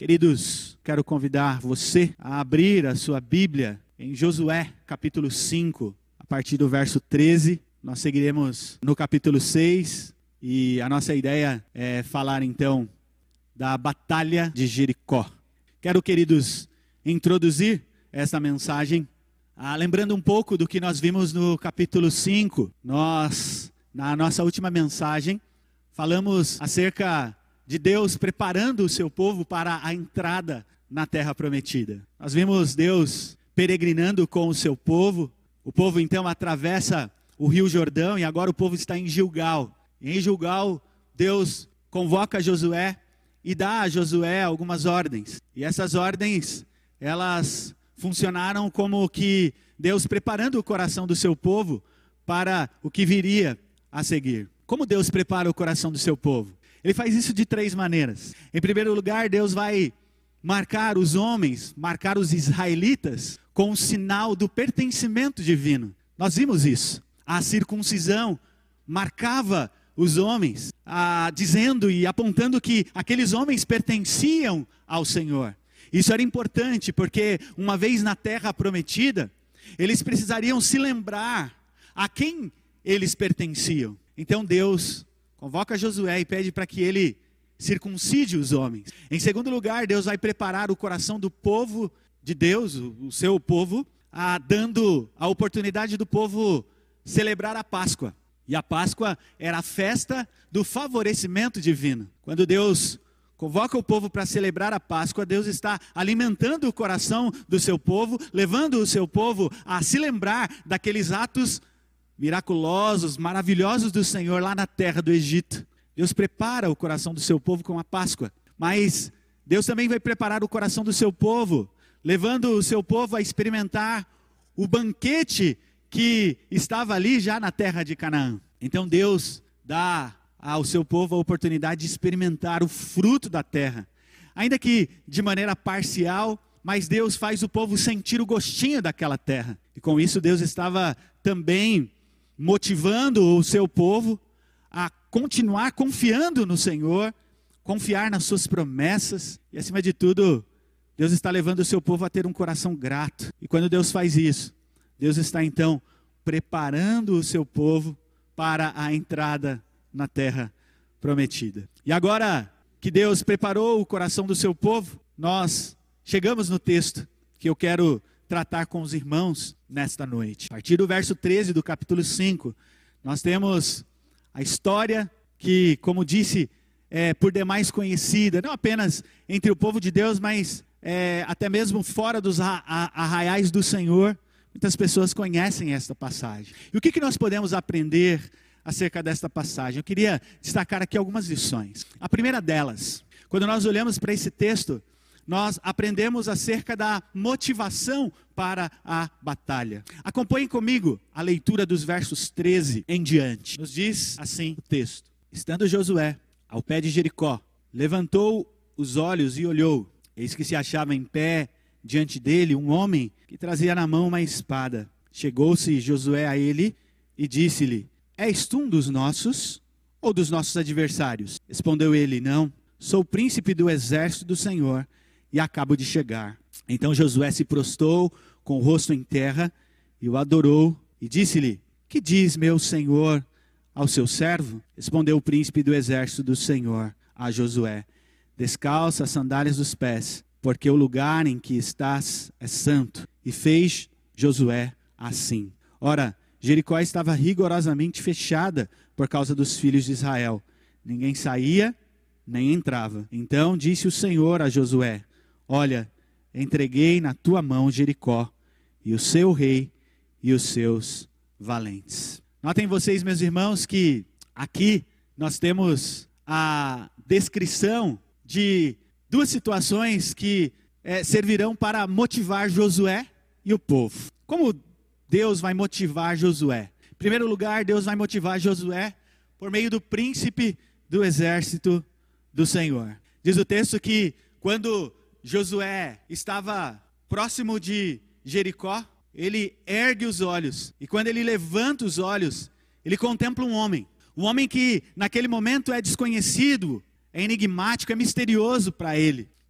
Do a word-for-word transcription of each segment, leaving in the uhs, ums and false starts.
Queridos, quero convidar você a abrir a sua Bíblia em Josué, capítulo cinco, a partir do verso treze. Nós seguiremos no capítulo seis e a nossa ideia é falar então da Batalha de Jericó. Quero, queridos, introduzir essa mensagem ah, lembrando um pouco do que nós vimos no capítulo cinco. Nós, na nossa última mensagem, falamos acerca de Deus preparando o seu povo para a entrada na terra prometida. Nós vimos Deus peregrinando com o seu povo. O povo então atravessa o rio Jordão e agora o povo está em Gilgal. E em Gilgal, Deus convoca Josué e dá a Josué algumas ordens. E essas ordens, elas funcionaram como que Deus preparando o coração do seu povo para o que viria a seguir. Como Deus prepara o coração do seu povo? Ele faz isso de três maneiras. Em primeiro lugar, Deus vai marcar os homens, marcar os israelitas com o sinal do pertencimento divino. Nós vimos isso. A circuncisão marcava os homens, ah, dizendo e apontando que aqueles homens pertenciam ao Senhor. Isso era importante porque uma vez na terra prometida, eles precisariam se lembrar a quem eles pertenciam. Então Deus convoca Josué e pede para que ele circuncide os homens. Em segundo lugar, Deus vai preparar o coração do povo de Deus, o seu povo, ah, dando a oportunidade do povo celebrar a Páscoa. E a Páscoa era a festa do favorecimento divino. Quando Deus convoca o povo para celebrar a Páscoa, Deus está alimentando o coração do seu povo, levando o seu povo a se lembrar daqueles atos miraculosos, maravilhosos do Senhor lá na terra do Egito. Deus prepara o coração do seu povo com a Páscoa. Mas Deus também vai preparar o coração do seu povo, levando o seu povo a experimentar o banquete que estava ali já na terra de Canaã. Então Deus dá ao seu povo a oportunidade de experimentar o fruto da terra. Ainda que de maneira parcial, mas Deus faz o povo sentir o gostinho daquela terra. E com isso Deus estava também motivando o seu povo a continuar confiando no Senhor, confiar nas suas promessas. E acima de tudo, Deus está levando o seu povo a ter um coração grato. E quando Deus faz isso, Deus está então preparando o seu povo para a entrada na terra prometida. E agora que Deus preparou o coração do seu povo, nós chegamos no texto que eu quero tratar com os irmãos nesta noite. A partir do verso treze do capítulo cinco, nós temos a história que, como disse, é por demais conhecida, não apenas entre o povo de Deus, mas é, até mesmo fora dos arraiais do Senhor. Muitas pessoas conhecem esta passagem. E o que, que nós podemos aprender acerca desta passagem? Eu queria destacar aqui algumas lições. A primeira delas, quando nós olhamos para esse texto, nós aprendemos acerca da motivação para a batalha. Acompanhem comigo a leitura dos versos treze em diante. Nos diz assim o texto: estando Josué ao pé de Jericó, levantou os olhos e olhou. Eis que se achava em pé diante dele um homem que trazia na mão uma espada. Chegou-se Josué a ele e disse-lhe: és tu um dos nossos ou dos nossos adversários? Respondeu ele: não, sou o príncipe do exército do Senhor e acabo de chegar. Então Josué se prostrou com o rosto em terra e o adorou e disse-lhe: que diz meu senhor ao seu servo? Respondeu o príncipe do exército do Senhor a Josué: descalça as sandálias dos pés, porque o lugar em que estás é santo. E fez Josué assim. Ora, Jericó estava rigorosamente fechada por causa dos filhos de Israel. Ninguém saía, nem entrava. Então disse o Senhor a Josué: olha, entreguei na tua mão Jericó, e o seu rei, e os seus valentes. Notem vocês, meus irmãos, que aqui nós temos a descrição de duas situações que é, servirão para motivar Josué e o povo. Como Deus vai motivar Josué? Em primeiro lugar, Deus vai motivar Josué por meio do príncipe do exército do Senhor. Diz o texto que quando Josué estava próximo de Jericó, ele ergue os olhos. E quando ele levanta os olhos, ele contempla um homem. Um homem que naquele momento é desconhecido, é enigmático, é misterioso para ele.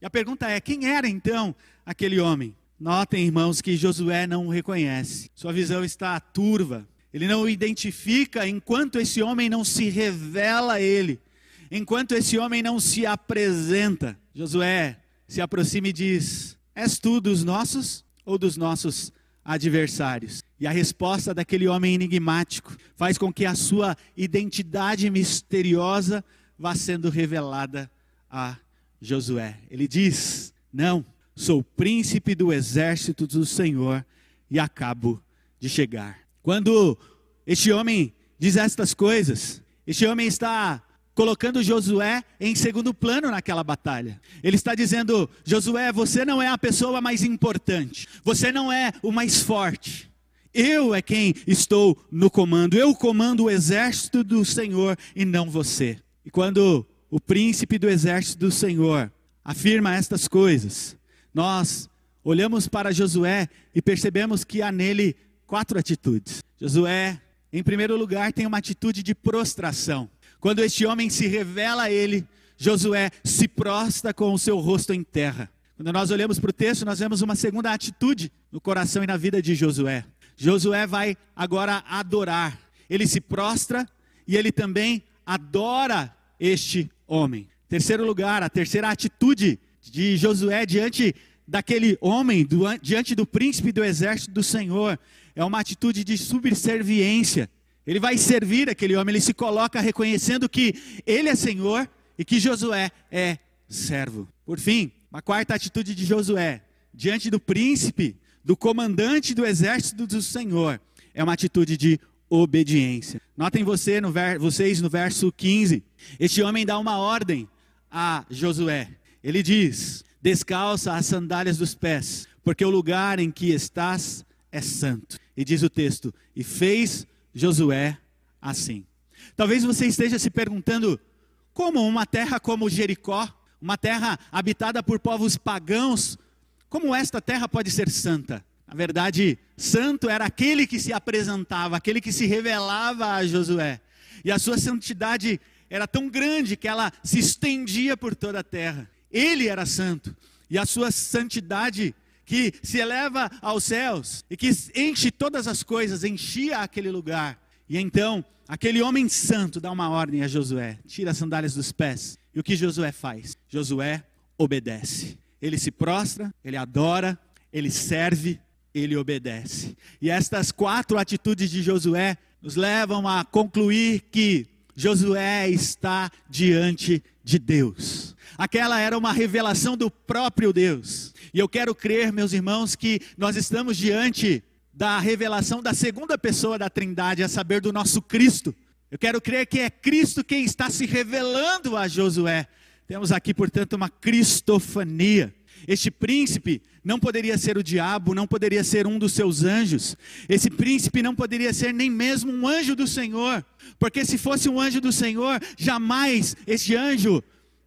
E a pergunta é, quem era então aquele homem? Notem, irmãos, que Josué não o reconhece. Sua visão está turva. Ele não o identifica enquanto esse homem não se revela a ele. Enquanto esse homem não se apresenta. Josué se aproxima e diz, és tu dos nossos ou dos nossos adversários? E a resposta daquele homem enigmático faz com que a sua identidade misteriosa vá sendo revelada a Josué. Ele diz, não, sou príncipe do exército do Senhor e acabo de chegar. Quando este homem diz estas coisas, este homem está colocando Josué em segundo plano naquela batalha. Ele está dizendo, Josué, você não é a pessoa mais importante, você não é o mais forte. Eu é quem estou no comando, eu comando o exército do Senhor e não você. E quando o príncipe do exército do Senhor afirma estas coisas, nós olhamos para Josué e percebemos que há nele quatro atitudes. Josué, em primeiro lugar, tem uma atitude de prostração. Quando este homem se revela a ele, Josué se prostra com o seu rosto em terra. Quando nós olhamos para o texto, nós vemos uma segunda atitude no coração e na vida de Josué. Josué vai agora adorar. Ele se prostra e ele também adora este homem. Terceiro lugar, a terceira atitude de Josué diante daquele homem, do, diante do príncipe do exército do Senhor, é uma atitude de subserviência. Ele vai servir aquele homem, ele se coloca reconhecendo que ele é Senhor e que Josué é servo. Por fim, uma quarta atitude de Josué, diante do príncipe, do comandante do exército do Senhor, é uma atitude de obediência. Notem você no ver, vocês no verso quinze, este homem dá uma ordem a Josué. Ele diz, descalça as sandálias dos pés, porque o lugar em que estás é santo. E diz o texto, e fez Josué assim. Talvez você esteja se perguntando, como uma terra como Jericó, uma terra habitada por povos pagãos, como esta terra pode ser santa? Na verdade, santo era aquele que se apresentava, aquele que se revelava a Josué. E a sua santidade era tão grande que ela se estendia por toda a terra. Ele era santo. E a sua santidade que se eleva aos céus e que enche todas as coisas, enchia aquele lugar. E então, aquele homem santo dá uma ordem a Josué, tira as sandálias dos pés. E o que Josué faz? Josué obedece. Ele se prostra, ele adora, ele serve, ele obedece. E estas quatro atitudes de Josué nos levam a concluir que Josué está diante de Deus. Aquela era uma revelação do próprio Deus. E eu quero crer, meus irmãos, que nós estamos diante da revelação da segunda pessoa da Trindade, a saber, do nosso Cristo. Eu quero crer que é Cristo quem está se revelando a Josué. Temos aqui, portanto, uma cristofania. Este príncipe não poderia ser o diabo, não poderia ser um dos seus anjos. Esse príncipe não poderia ser nem mesmo um anjo do Senhor. Porque se fosse um anjo do Senhor, jamais este anjo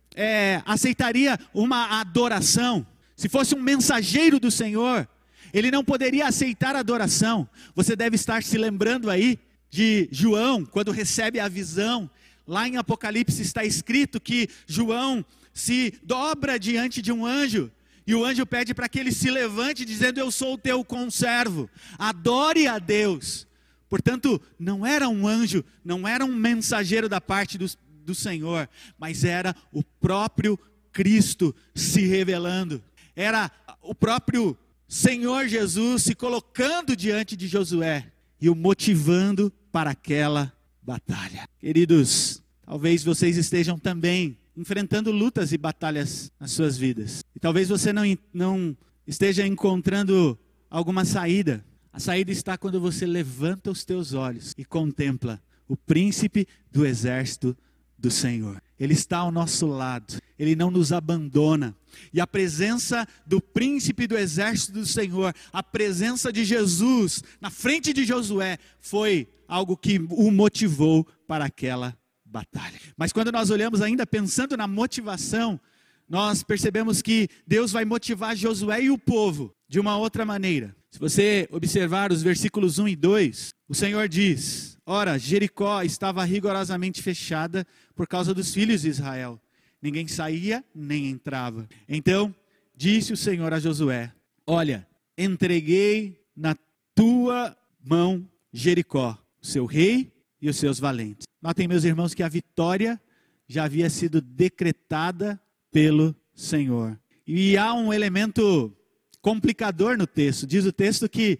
é, aceitaria uma adoração. Se fosse um mensageiro do Senhor, ele não poderia aceitar adoração. Você deve estar se lembrando aí de João, quando recebe a visão. Lá em Apocalipse está escrito que João se dobra diante de um anjo. E o anjo pede para que ele se levante, dizendo, eu sou o teu conservo. Adore a Deus. Portanto, não era um anjo, não era um mensageiro da parte do, do Senhor, mas era o próprio Cristo se revelando. Era o próprio Senhor Jesus se colocando diante de Josué e o motivando para aquela batalha. Queridos, talvez vocês estejam também enfrentando lutas e batalhas nas suas vidas. E talvez você não, não esteja encontrando alguma saída. A saída está quando você levanta os teus olhos e contempla o príncipe do exército do Senhor. Ele está ao nosso lado, ele não nos abandona. E a presença do príncipe do exército do Senhor, a presença de Jesus na frente de Josué, foi algo que o motivou para aquela batalha. Mas quando nós olhamos ainda pensando na motivação, nós percebemos que Deus vai motivar Josué e o povo de uma outra maneira. Se você observar os versículos um e dois, o Senhor diz, ora, Jericó estava rigorosamente fechada por causa dos filhos de Israel. ninguém saía nem entrava. Então disse o Senhor a Josué: olha, entreguei na tua mão Jericó, o seu rei e os seus valentes. Notem, meus irmãos, que a vitória já havia sido decretada pelo Senhor. E há um elemento complicador no texto. Diz o texto que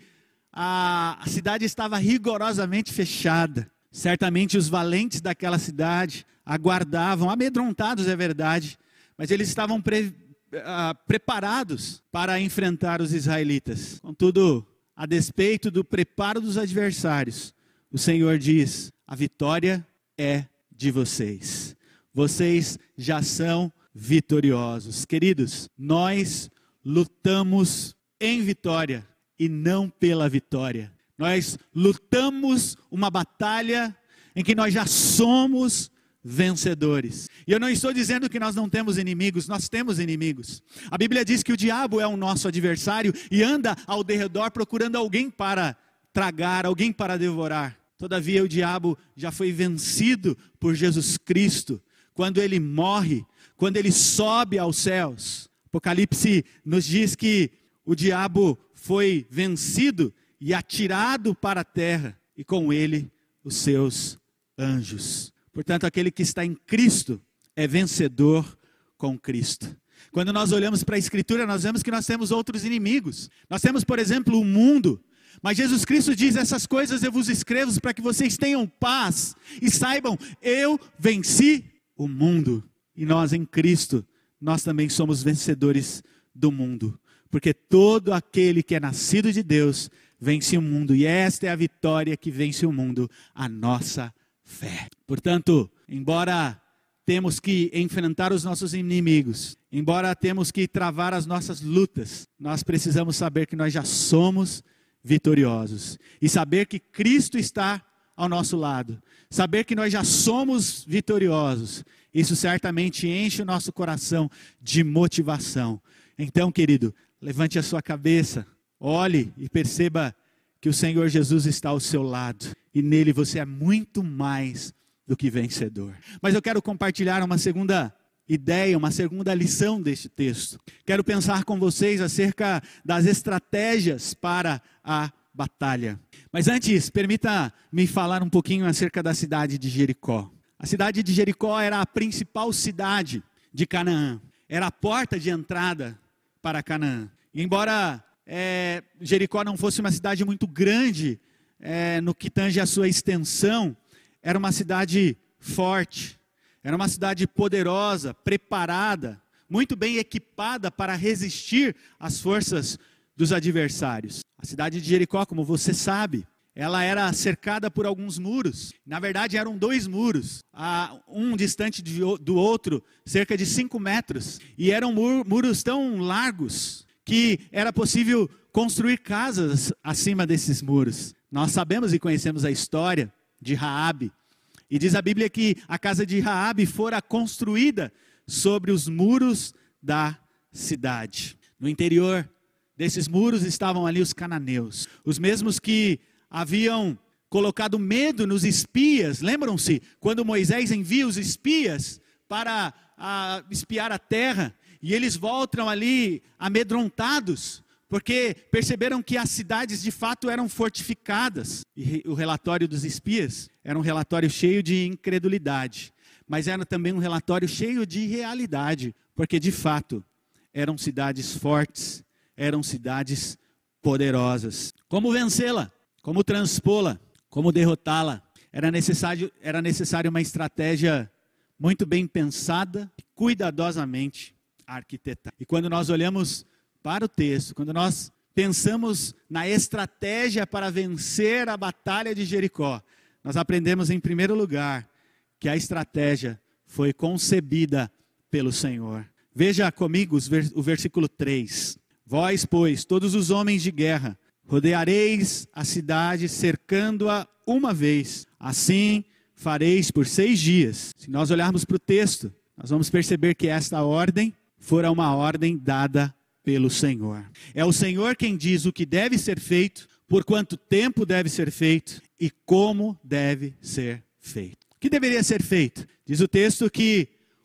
a, a cidade estava rigorosamente fechada. Certamente os valentes daquela cidade aguardavam, amedrontados é verdade, mas eles estavam pre, uh, preparados para enfrentar os israelitas. Contudo, a despeito do preparo dos adversários, o Senhor diz: a vitória é de vocês. Vocês já são vitoriosos. Queridos, nós lutamos em vitória e não pela vitória. Nós lutamos uma batalha em que nós já somos vencedores. E eu não estou dizendo que nós não temos inimigos, nós temos inimigos. A Bíblia diz que o diabo é o nosso adversário e anda ao derredor procurando alguém para tragar, alguém para devorar. Todavia o diabo já foi vencido por Jesus Cristo, quando ele morre, quando ele sobe aos céus. Apocalipse nos diz que o diabo foi vencido e atirado para a terra, e com ele os seus anjos. Portanto, aquele que está em Cristo é vencedor com Cristo. Quando nós olhamos para a Escritura, nós vemos que nós temos outros inimigos. Nós temos, por exemplo, o mundo. Mas Jesus Cristo diz: essas coisas eu vos escrevo para que vocês tenham paz e saibam, eu venci o mundo. E nós em Cristo, nós também somos vencedores do mundo. Porque todo aquele que é nascido de Deus vence o mundo. E esta é a vitória que vence o mundo, a nossa fé. Portanto, embora temos que enfrentar os nossos inimigos, embora temos que travar as nossas lutas, nós precisamos saber que nós já somos vitoriosos. E saber que Cristo está ao nosso lado. Saber que nós já somos vitoriosos. Isso certamente enche o nosso coração de motivação. Então, querido, levante a sua cabeça, olhe e perceba que o Senhor Jesus está ao seu lado. E nele você é muito mais do que vencedor. Mas eu quero compartilhar uma segunda ideia, uma segunda lição deste texto. Quero pensar com vocês acerca das estratégias para a batalha. Mas antes, permita-me falar um pouquinho acerca da cidade de Jericó. A cidade de Jericó era a principal cidade de Canaã. Era a porta de entrada para Canaã. E embora é, Jericó não fosse uma cidade muito grande, é, no que tange a sua extensão, era uma cidade forte. Era uma cidade poderosa, preparada, muito bem equipada para resistir às forças dos adversários. A cidade de Jericó, como você sabe, ela era cercada por alguns muros. Na verdade, eram dois muros, um distante do outro, cerca de cinco metros. E eram muros tão largos que era possível construir casas acima desses muros. Nós sabemos e conhecemos a história de Raabe. E diz a Bíblia que a casa de Raabe fora construída sobre os muros da cidade. No interior desses muros estavam ali os cananeus, os mesmos que haviam colocado medo nos espias. Lembram-se quando Moisés envia os espias para a, espiar a terra, e eles voltam ali amedrontados, porque perceberam que as cidades de fato eram fortificadas. E o relatório dos espias era um relatório cheio de incredulidade, mas era também um relatório cheio de realidade, porque de fato eram cidades fortes, eram cidades poderosas. Como vencê-la? Como transpô-la? Como derrotá-la? Era necessário, era necessário uma estratégia muito bem pensada e cuidadosamente arquitetada. E quando nós olhamos para o texto, quando nós pensamos na estratégia para vencer a batalha de Jericó, nós aprendemos em primeiro lugar que a estratégia foi concebida pelo Senhor. Veja comigo o versículo três. Vós, pois, todos os homens de guerra, rodeareis a cidade, cercando-a uma vez. Assim fareis por seis dias. Se nós olharmos para o texto, nós vamos perceber que esta ordem fora uma ordem dada pelo Senhor. É o Senhor quem diz o que deve ser feito, por quanto tempo deve ser feito e como deve ser feito. O que deveria ser feito? Diz o texto que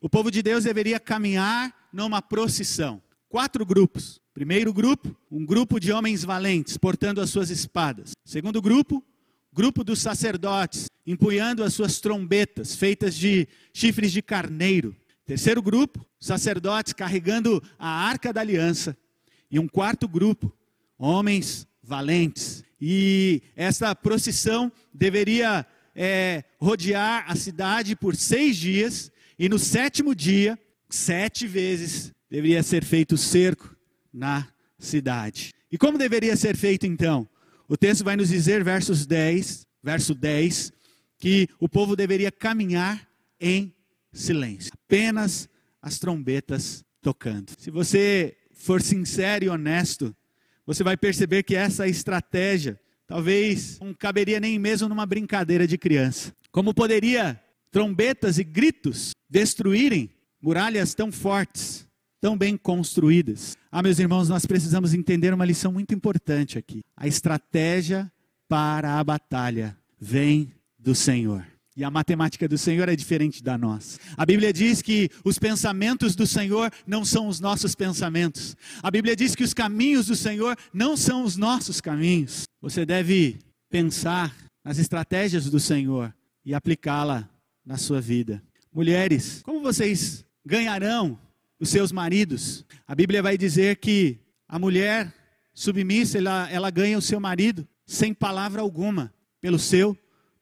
o povo de Deus deveria caminhar numa procissão. Quatro grupos. Primeiro grupo, um grupo de homens valentes, portando as suas espadas. Segundo grupo, grupo dos sacerdotes, empunhando as suas trombetas, feitas de chifres de carneiro. Terceiro grupo, sacerdotes carregando a arca da aliança. E um quarto grupo, homens valentes. E essa procissão deveria é, rodear a cidade por seis dias. E no sétimo dia, sete vezes, deveria ser feito o cerco na cidade. E como deveria ser feito então? O texto vai nos dizer, versos dez, verso dez, que o povo deveria caminhar em silêncio. Apenas as trombetas tocando. Se você for sincero e honesto, você vai perceber que essa estratégia talvez não caberia nem mesmo numa brincadeira de criança. Como poderia trombetas e gritos destruírem muralhas tão fortes, tão bem construídas? Ah, meus irmãos, nós precisamos entender uma lição muito importante aqui. A estratégia para a batalha vem do Senhor. E a matemática do Senhor é diferente da nossa. A Bíblia diz que os pensamentos do Senhor não são os nossos pensamentos. A Bíblia diz que os caminhos do Senhor não são os nossos caminhos. Você deve pensar nas estratégias do Senhor e aplicá-la na sua vida. Mulheres, como vocês ganharão os seus maridos? A Bíblia vai dizer que a mulher submissa, ela, ela ganha o seu marido sem palavra alguma, pelo seu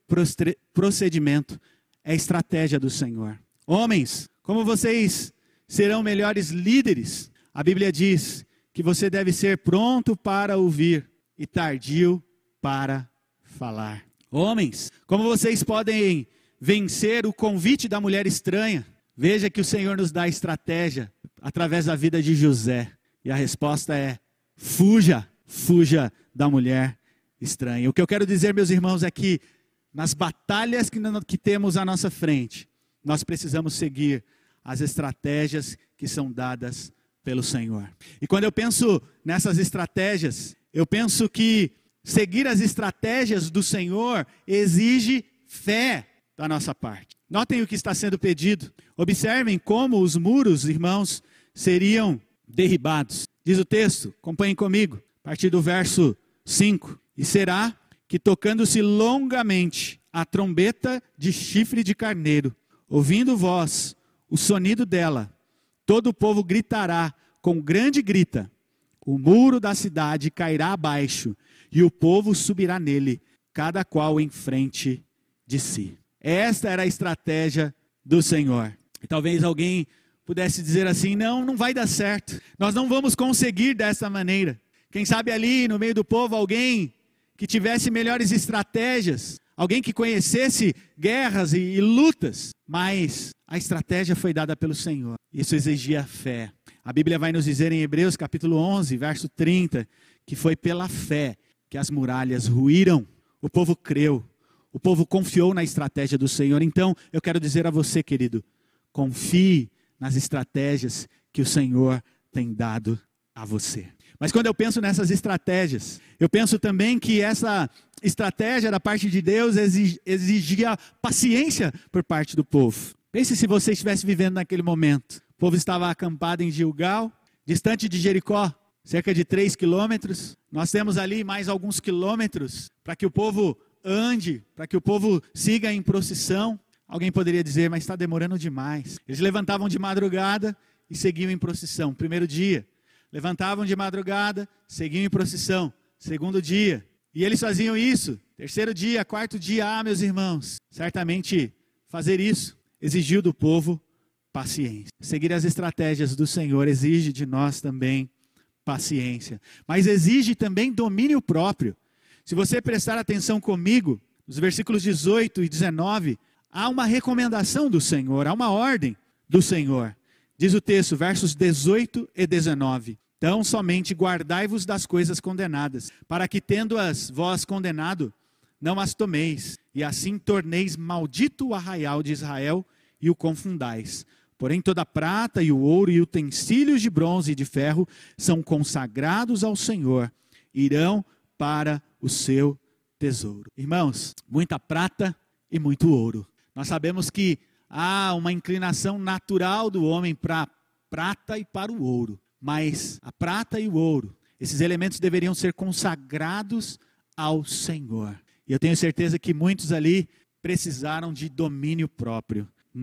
procedimento. É a estratégia do Senhor. Homens, como vocês serão melhores líderes? A Bíblia diz que você deve ser pronto para ouvir e tardio para falar. Homens, como vocês podem vencer o convite da mulher estranha? Veja que o Senhor nos dá estratégia através da vida de José. E a resposta é: fuja, fuja da mulher estranha. O que eu quero dizer, meus irmãos, é que nas batalhas que, que temos à nossa frente, nós precisamos seguir as estratégias que são dadas pelo Senhor. E quando eu penso nessas estratégias, eu penso que seguir as estratégias do Senhor exige fé da nossa parte. Notem o que está sendo pedido. Observem como os muros, irmãos, seriam derribados. Diz o texto, acompanhem comigo, a partir do verso cinco. E será que tocando-se longamente a trombeta de chifre de carneiro, ouvindo vós o sonido dela, todo o povo gritará com grande grita, o muro da cidade cairá abaixo, e o povo subirá nele, cada qual em frente de si. Esta era a estratégia do Senhor. E talvez alguém pudesse dizer assim: não, não vai dar certo, nós não vamos conseguir dessa maneira. Quem sabe ali no meio do povo alguém que tivesse melhores estratégias, alguém que conhecesse guerras e, e lutas, mas a estratégia foi dada pelo Senhor. Isso exigia fé. A Bíblia vai nos dizer em Hebreus capítulo onze, verso trinta, que foi pela fé que as muralhas ruíram. O povo creu, o povo confiou na estratégia do Senhor. Então, eu quero dizer a você, querido, confie nas estratégias que o Senhor tem dado a você. Mas quando eu penso nessas estratégias, eu penso também que essa estratégia da parte de Deus exigia paciência por parte do povo. Pense se você estivesse vivendo naquele momento. O povo estava acampado em Gilgal, distante de Jericó, cerca de três quilômetros. Nós temos ali mais alguns quilômetros para que o povo ande, para que o povo siga em procissão. Alguém poderia dizer, mas está demorando demais. Eles levantavam de madrugada e seguiam em procissão. Primeiro dia. Levantavam de madrugada, seguiam em procissão. Segundo dia. E eles faziam isso. Terceiro dia, quarto dia. Ah, meus irmãos, certamente fazer isso exigiu do povo paciência. Seguir as estratégias do Senhor exige de nós também paciência. Mas exige também domínio próprio. Se você prestar atenção comigo, nos versículos dezoito e dezenove, há uma recomendação do Senhor, há uma ordem do Senhor. Diz o texto, versos dezoito e dezenove. Então somente guardai-vos das coisas condenadas, para que tendo-as vós condenado, não as tomeis, e assim torneis maldito o arraial de Israel e o confundais. Porém toda a prata e o ouro e utensílios de bronze e de ferro são consagrados ao Senhor, irão para o seu tesouro. Irmãos, muita prata e muito ouro. Nós sabemos que há uma inclinação natural do homem para a prata e para o ouro. Mas a prata e o ouro, esses elementos deveriam ser consagrados ao Senhor. E eu tenho certeza que muitos ali precisaram de domínio próprio.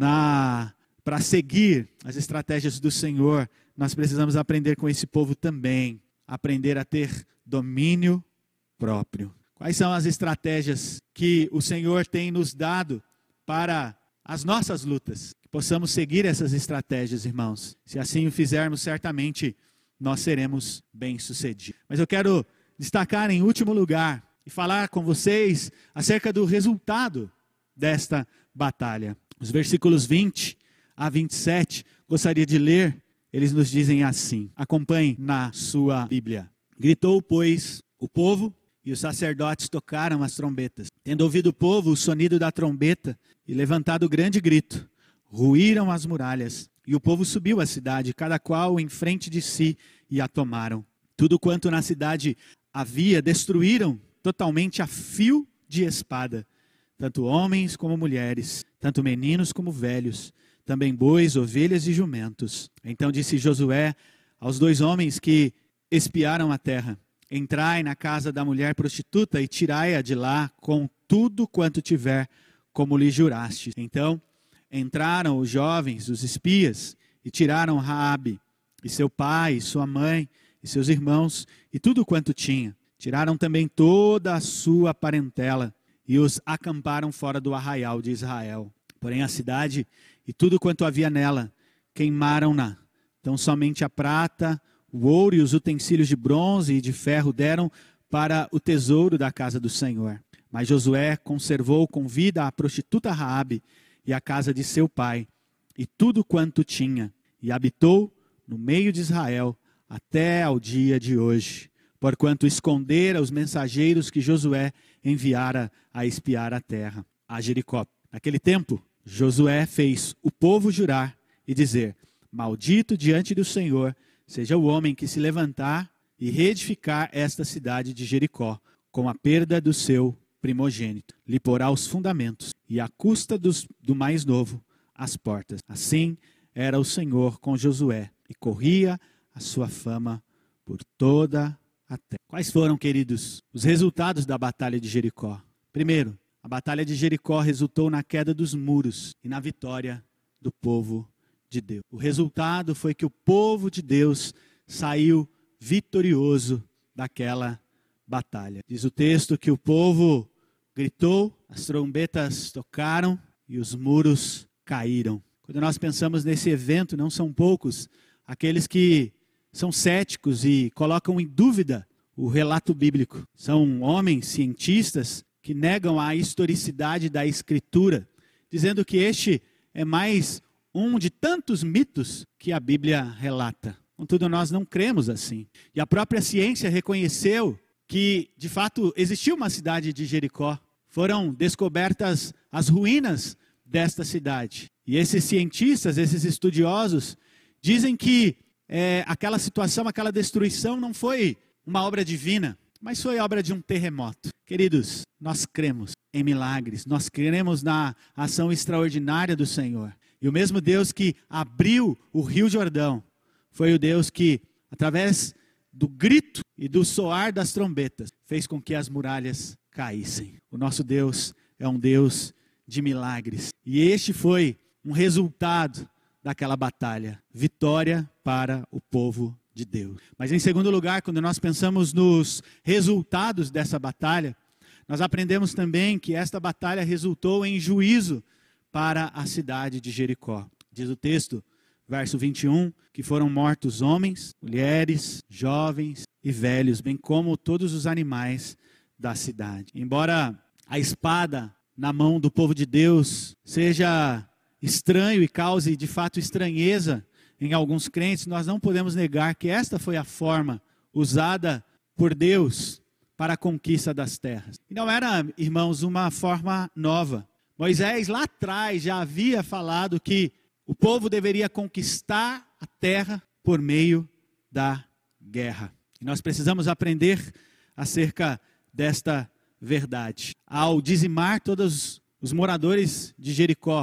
Na, para seguir as estratégias do Senhor, nós precisamos aprender com esse povo também. Aprender a ter domínio próprio. Quais são as estratégias que o Senhor tem nos dado para as nossas lutas? Que possamos seguir essas estratégias, irmãos. Se assim o fizermos, certamente nós seremos bem-sucedidos. Mas eu quero destacar em último lugar e falar com vocês acerca do resultado desta batalha. Os versículos vinte a vinte e sete, gostaria de ler, eles nos dizem assim. Acompanhe na sua Bíblia. Gritou, pois, o povo, e os sacerdotes tocaram as trombetas. Tendo ouvido o povo o sonido da trombeta e levantado grande grito, ruíram as muralhas. E o povo subiu à cidade, cada qual em frente de si, e a tomaram. Tudo quanto na cidade havia, destruíram totalmente a fio de espada. Tanto homens como mulheres, tanto meninos como velhos, também bois, ovelhas e jumentos. Então disse Josué aos dois homens que espiaram a terra: entrai na casa da mulher prostituta e tirai-a de lá com tudo quanto tiver, como lhe juraste. Então entraram os jovens, os espias, e tiraram Raabe, e seu pai, e sua mãe, e seus irmãos, e tudo quanto tinha. Tiraram também toda a sua parentela, e os acamparam fora do arraial de Israel. Porém a cidade e tudo quanto havia nela, queimaram-na. Então somente a prata, o ouro e os utensílios de bronze e de ferro deram para o tesouro da casa do Senhor. Mas Josué conservou com vida a prostituta Raabe e a casa de seu pai, e tudo quanto tinha, e habitou no meio de Israel até ao dia de hoje, porquanto escondera os mensageiros que Josué enviara a espiar a terra, a Jericó. Naquele tempo, Josué fez o povo jurar e dizer: maldito diante do Senhor seja o homem que se levantar e reedificar esta cidade de Jericó, com a perda do seu primogênito. Lhe porá os fundamentos, e à custa dos, do mais novo, as portas. Assim era o Senhor com Josué, e corria a sua fama por toda a terra. Quais foram, queridos, os resultados da batalha de Jericó? Primeiro, a batalha de Jericó resultou na queda dos muros e na vitória do povo de Deus. O resultado foi que o povo de Deus saiu vitorioso daquela batalha. Diz o texto que o povo gritou, as trombetas tocaram e os muros caíram. Quando nós pensamos nesse evento, não são poucos aqueles que são céticos e colocam em dúvida o relato bíblico. São homens cientistas que negam a historicidade da Escritura, dizendo que este é mais um de tantos mitos que a Bíblia relata. Contudo, nós não cremos assim. E a própria ciência reconheceu que, de fato, existiu uma cidade de Jericó. Foram descobertas as ruínas desta cidade. E esses cientistas, esses estudiosos, dizem que é, aquela situação, aquela destruição não foi uma obra divina, mas foi obra de um terremoto. Queridos, nós cremos em milagres, nós cremos na ação extraordinária do Senhor. E o mesmo Deus que abriu o Rio Jordão, foi o Deus que, através do grito e do soar das trombetas, fez com que as muralhas caíssem. O nosso Deus é um Deus de milagres. E este foi um resultado daquela batalha. Vitória para o povo de Deus. Mas em segundo lugar, quando nós pensamos nos resultados dessa batalha, nós aprendemos também que esta batalha resultou em juízo para a cidade de Jericó. Diz o texto, verso vinte e um, que foram mortos homens, mulheres, jovens e velhos, bem como todos os animais da cidade. Embora a espada na mão do povo de Deus seja estranho e cause de fato estranheza em alguns crentes, nós não podemos negar que esta foi a forma usada por Deus para a conquista das terras. E não era, irmãos, uma forma nova. Moisés lá atrás já havia falado que o povo deveria conquistar a terra por meio da guerra. E nós precisamos aprender acerca desta verdade. Ao dizimar todos os moradores de Jericó,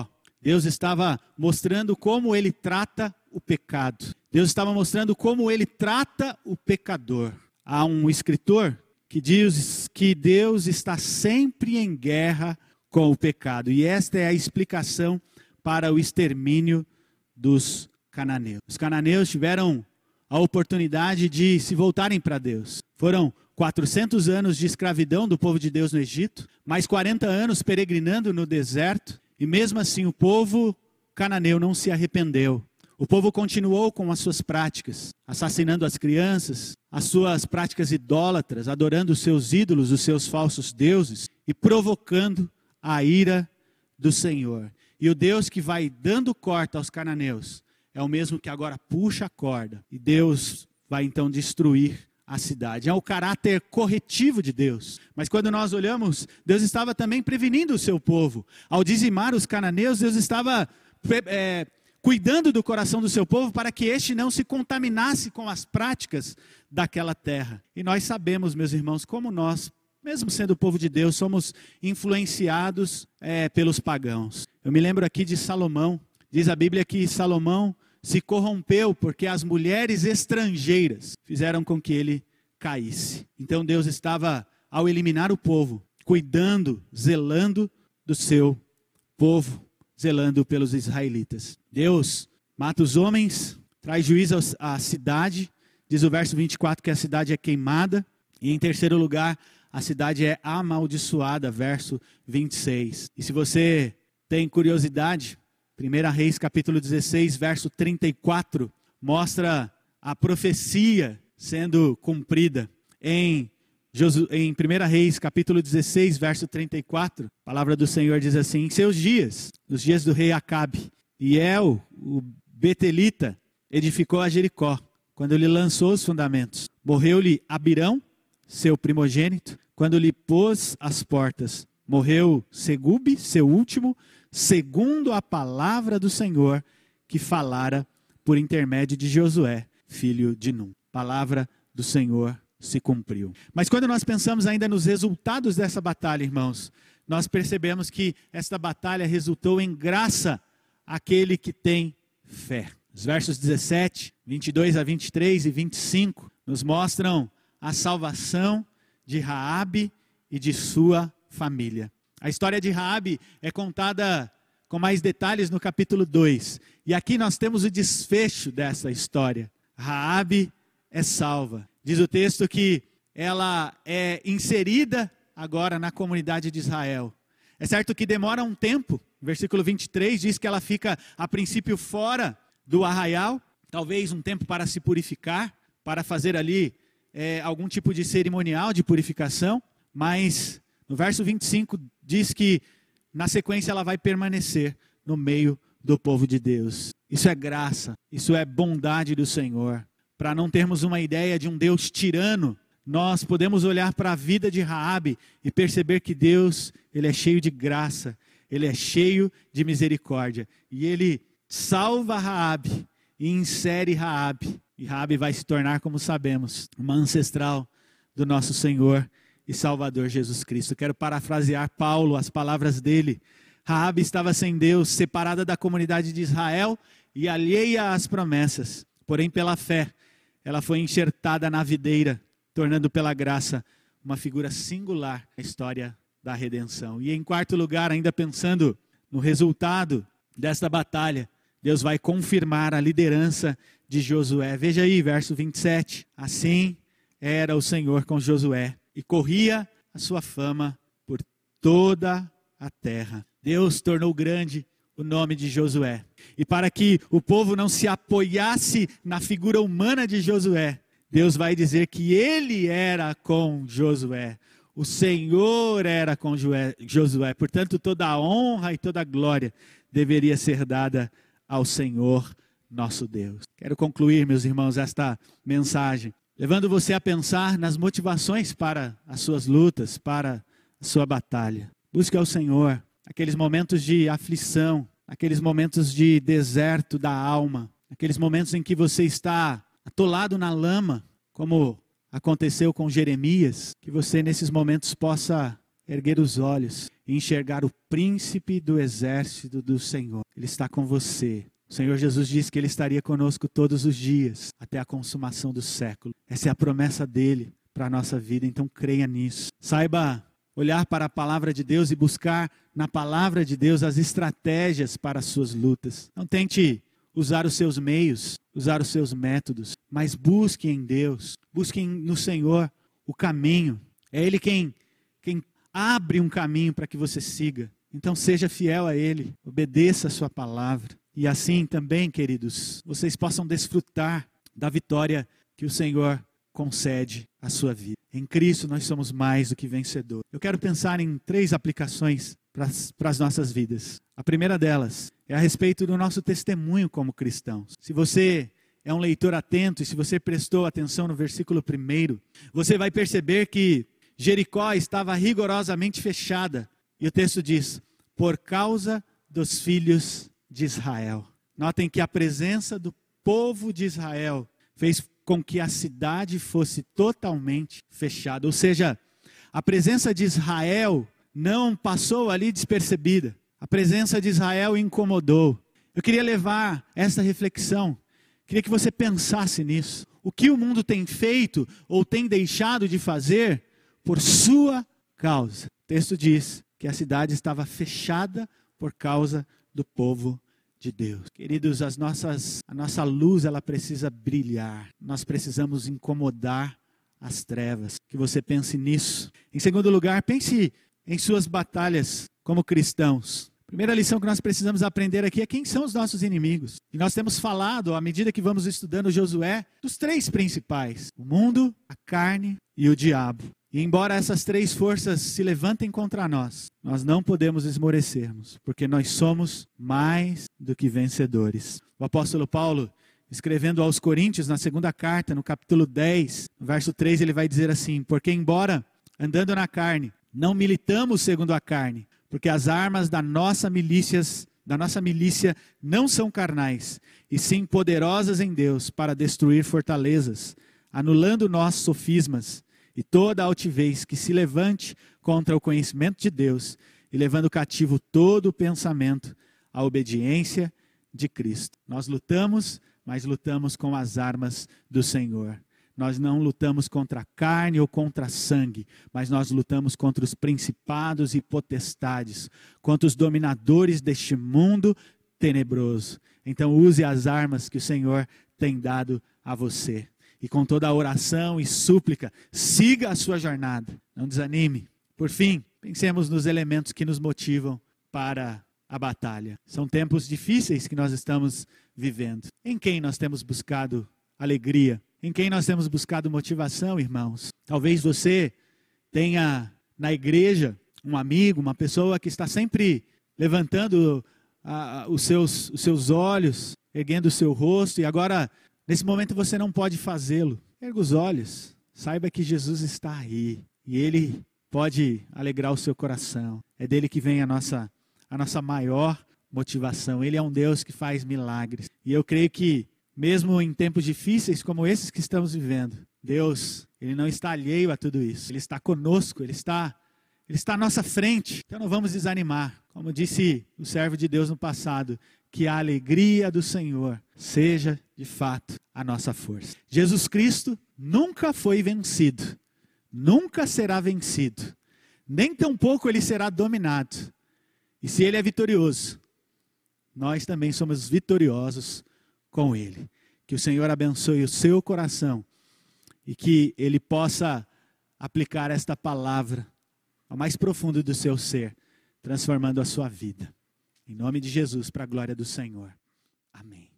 Deus estava mostrando como ele trata o pecado. Deus estava mostrando como ele trata o pecador. Há um escritor que diz que Deus está sempre em guerra com o pecado. E esta é a explicação para o extermínio dos cananeus. Os cananeus tiveram a oportunidade de se voltarem para Deus. Foram quatrocentos anos de escravidão do povo de Deus no Egito, mais quarenta anos peregrinando no deserto, e mesmo assim o povo cananeu não se arrependeu. O povo continuou com as suas práticas, assassinando as crianças, as suas práticas idólatras, adorando os seus ídolos, os seus falsos deuses, e provocando a ira do Senhor. E o Deus que vai dando corda aos cananeus é o mesmo que agora puxa a corda, e Deus vai então destruir a cidade. É o caráter corretivo de Deus. Mas quando nós olhamos, Deus estava também prevenindo o seu povo. Ao dizimar os cananeus, Deus estava é, cuidando do coração do seu povo para que este não se contaminasse com as práticas daquela terra. E nós sabemos, meus irmãos, como nós, mesmo sendo o povo de Deus, somos influenciados é, pelos pagãos. Eu me lembro aqui de Salomão. Diz a Bíblia que Salomão se corrompeu porque as mulheres estrangeiras fizeram com que ele caísse. Então Deus estava, ao eliminar o povo, cuidando, zelando do seu povo, zelando pelos israelitas. Deus mata os homens, traz juízo à cidade, diz o verso vinte e quatro que a cidade é queimada, e em terceiro lugar, a cidade é amaldiçoada, verso vinte e seis. E se você tem curiosidade, primeira Reis capítulo dezesseis, verso trinta e quatro, mostra a profecia sendo cumprida. Em, Josu, em primeira Reis capítulo dezesseis, verso trinta e quatro, a palavra do Senhor diz assim: em seus dias, nos dias do rei Acabe, Iel, o betelita, edificou a Jericó, quando lhe lançou os fundamentos. Morreu-lhe Abirão, seu primogênito, quando lhe pôs as portas. Morreu Segube, seu último, segundo a palavra do Senhor, que falara por intermédio de Josué, filho de Num. Palavra do Senhor se cumpriu. Mas quando nós pensamos ainda nos resultados dessa batalha, irmãos, nós percebemos que esta batalha resultou em graça àquele que tem fé. Os versos dezessete, vinte e dois a vinte e três e vinte e cinco nos mostram a salvação de Raabe e de sua família. A história de Raabe é contada com mais detalhes no capítulo dois. E aqui nós temos o desfecho dessa história. Raabe é salva. Diz o texto que ela é inserida agora na comunidade de Israel. É certo que demora um tempo. Versículo vinte e três diz que ela fica a princípio fora do arraial. Talvez um tempo para se purificar, para fazer ali é, algum tipo de cerimonial de purificação. Mas no verso vinte e cinco diz que na sequência ela vai permanecer no meio do povo de Deus. Isso é graça, isso é bondade do Senhor. Para não termos uma ideia de um Deus tirano, nós podemos olhar para a vida de Raabe e perceber que Deus, ele é cheio de graça, ele é cheio de misericórdia. E ele salva Raabe e insere Raabe. E Raabe vai se tornar, como sabemos, uma ancestral do nosso Senhor e Salvador Jesus Cristo. Quero parafrasear Paulo, as palavras dele. Raabe estava sem Deus, separada da comunidade de Israel e alheia às promessas. Porém, pela fé, ela foi enxertada na videira, tornando pela graça uma figura singular na história da redenção. E em quarto lugar, ainda pensando no resultado desta batalha, Deus vai confirmar a liderança de Josué. Veja aí, verso vinte e sete. Assim era o Senhor com Josué, e corria a sua fama por toda a terra. Deus tornou grande o nome de Josué. E para que o povo não se apoiasse na figura humana de Josué, Deus vai dizer que ele era com Josué. O Senhor era com Josué. Portanto, toda a honra e toda a glória deveria ser dada ao Senhor nosso Deus. Quero concluir, meus irmãos, esta mensagem, levando você a pensar nas motivações para as suas lutas, para a sua batalha. Busque ao Senhor aqueles momentos de aflição, aqueles momentos de deserto da alma, aqueles momentos em que você está atolado na lama, como aconteceu com Jeremias, que você nesses momentos possa erguer os olhos e enxergar o príncipe do exército do Senhor. Ele está com você. O Senhor Jesus disse que Ele estaria conosco todos os dias, até a consumação do século. Essa é a promessa dEle para a nossa vida, então creia nisso. Saiba olhar para a palavra de Deus e buscar na palavra de Deus as estratégias para as suas lutas. Não tente usar os seus meios, usar os seus métodos, mas busque em Deus, busque no Senhor o caminho. É Ele quem, quem abre um caminho para que você siga. Então seja fiel a Ele, obedeça a sua palavra. E assim também, queridos, vocês possam desfrutar da vitória que o Senhor concede à sua vida. Em Cristo nós somos mais do que vencedores. Eu quero pensar em três aplicações para as nossas vidas. A primeira delas é a respeito do nosso testemunho como cristãos. Se você é um leitor atento e se você prestou atenção no versículo primeiro, você vai perceber que Jericó estava rigorosamente fechada. E o texto diz, por causa dos filhos de Israel. Notem que a presença do povo de Israel fez com que a cidade fosse totalmente fechada. Ou seja, a presença de Israel não passou ali despercebida. A presença de Israel incomodou. Eu queria levar essa reflexão. Queria que você pensasse nisso. O que o mundo tem feito ou tem deixado de fazer por sua causa. O texto diz que a cidade estava fechada por causa do povo de Deus. Queridos, as nossas, a nossa luz ela precisa brilhar. Nós precisamos incomodar as trevas. Que você pense nisso. Em segundo lugar, pense em suas batalhas como cristãos. Primeira lição que nós precisamos aprender aqui é quem são os nossos inimigos. E nós temos falado, à medida que vamos estudando Josué, dos três principais. O mundo, a carne e o diabo. E embora essas três forças se levantem contra nós, nós não podemos esmorecermos, porque nós somos mais do que vencedores. O apóstolo Paulo, escrevendo aos Coríntios, na segunda carta, no capítulo dez, no verso três, ele vai dizer assim, porque embora andando na carne, não militamos segundo a carne, porque as armas da nossa milícias, da nossa milícia não são carnais, e sim poderosas em Deus para destruir fortalezas, anulando nossos sofismas, e toda a altivez que se levante contra o conhecimento de Deus e levando cativo todo o pensamento à obediência de Cristo. Nós lutamos, mas lutamos com as armas do Senhor. Nós não lutamos contra a carne ou contra sangue, mas nós lutamos contra os principados e potestades, contra os dominadores deste mundo tenebroso. Então use as armas que o Senhor tem dado a você. E com toda a oração e súplica, siga a sua jornada. Não desanime. Por fim, pensemos nos elementos que nos motivam para a batalha. São tempos difíceis que nós estamos vivendo. Em quem nós temos buscado alegria? Em quem nós temos buscado motivação, irmãos? Talvez você tenha na igreja um amigo, uma pessoa que está sempre levantando ah, os, seus, os seus olhos, erguendo o seu rosto, e agora, nesse momento, você não pode fazê-lo. Erga os olhos, saiba que Jesus está aí, e Ele pode alegrar o seu coração. É dele que vem a nossa, a nossa maior motivação. Ele é um Deus que faz milagres. E eu creio que, mesmo em tempos difíceis como esses que estamos vivendo, Deus, Ele não está alheio a tudo isso. Ele está conosco, Ele está, Ele está à nossa frente. Então não vamos desanimar. Como disse o servo de Deus no passado, que a alegria do Senhor seja, de fato, a nossa força. Jesus Cristo nunca foi vencido. Nunca será vencido. Nem tampouco Ele será dominado. E se Ele é vitorioso, nós também somos vitoriosos com Ele. Que o Senhor abençoe o seu coração e que Ele possa aplicar esta palavra ao mais profundo do seu ser, transformando a sua vida. Em nome de Jesus, para a glória do Senhor. Amém.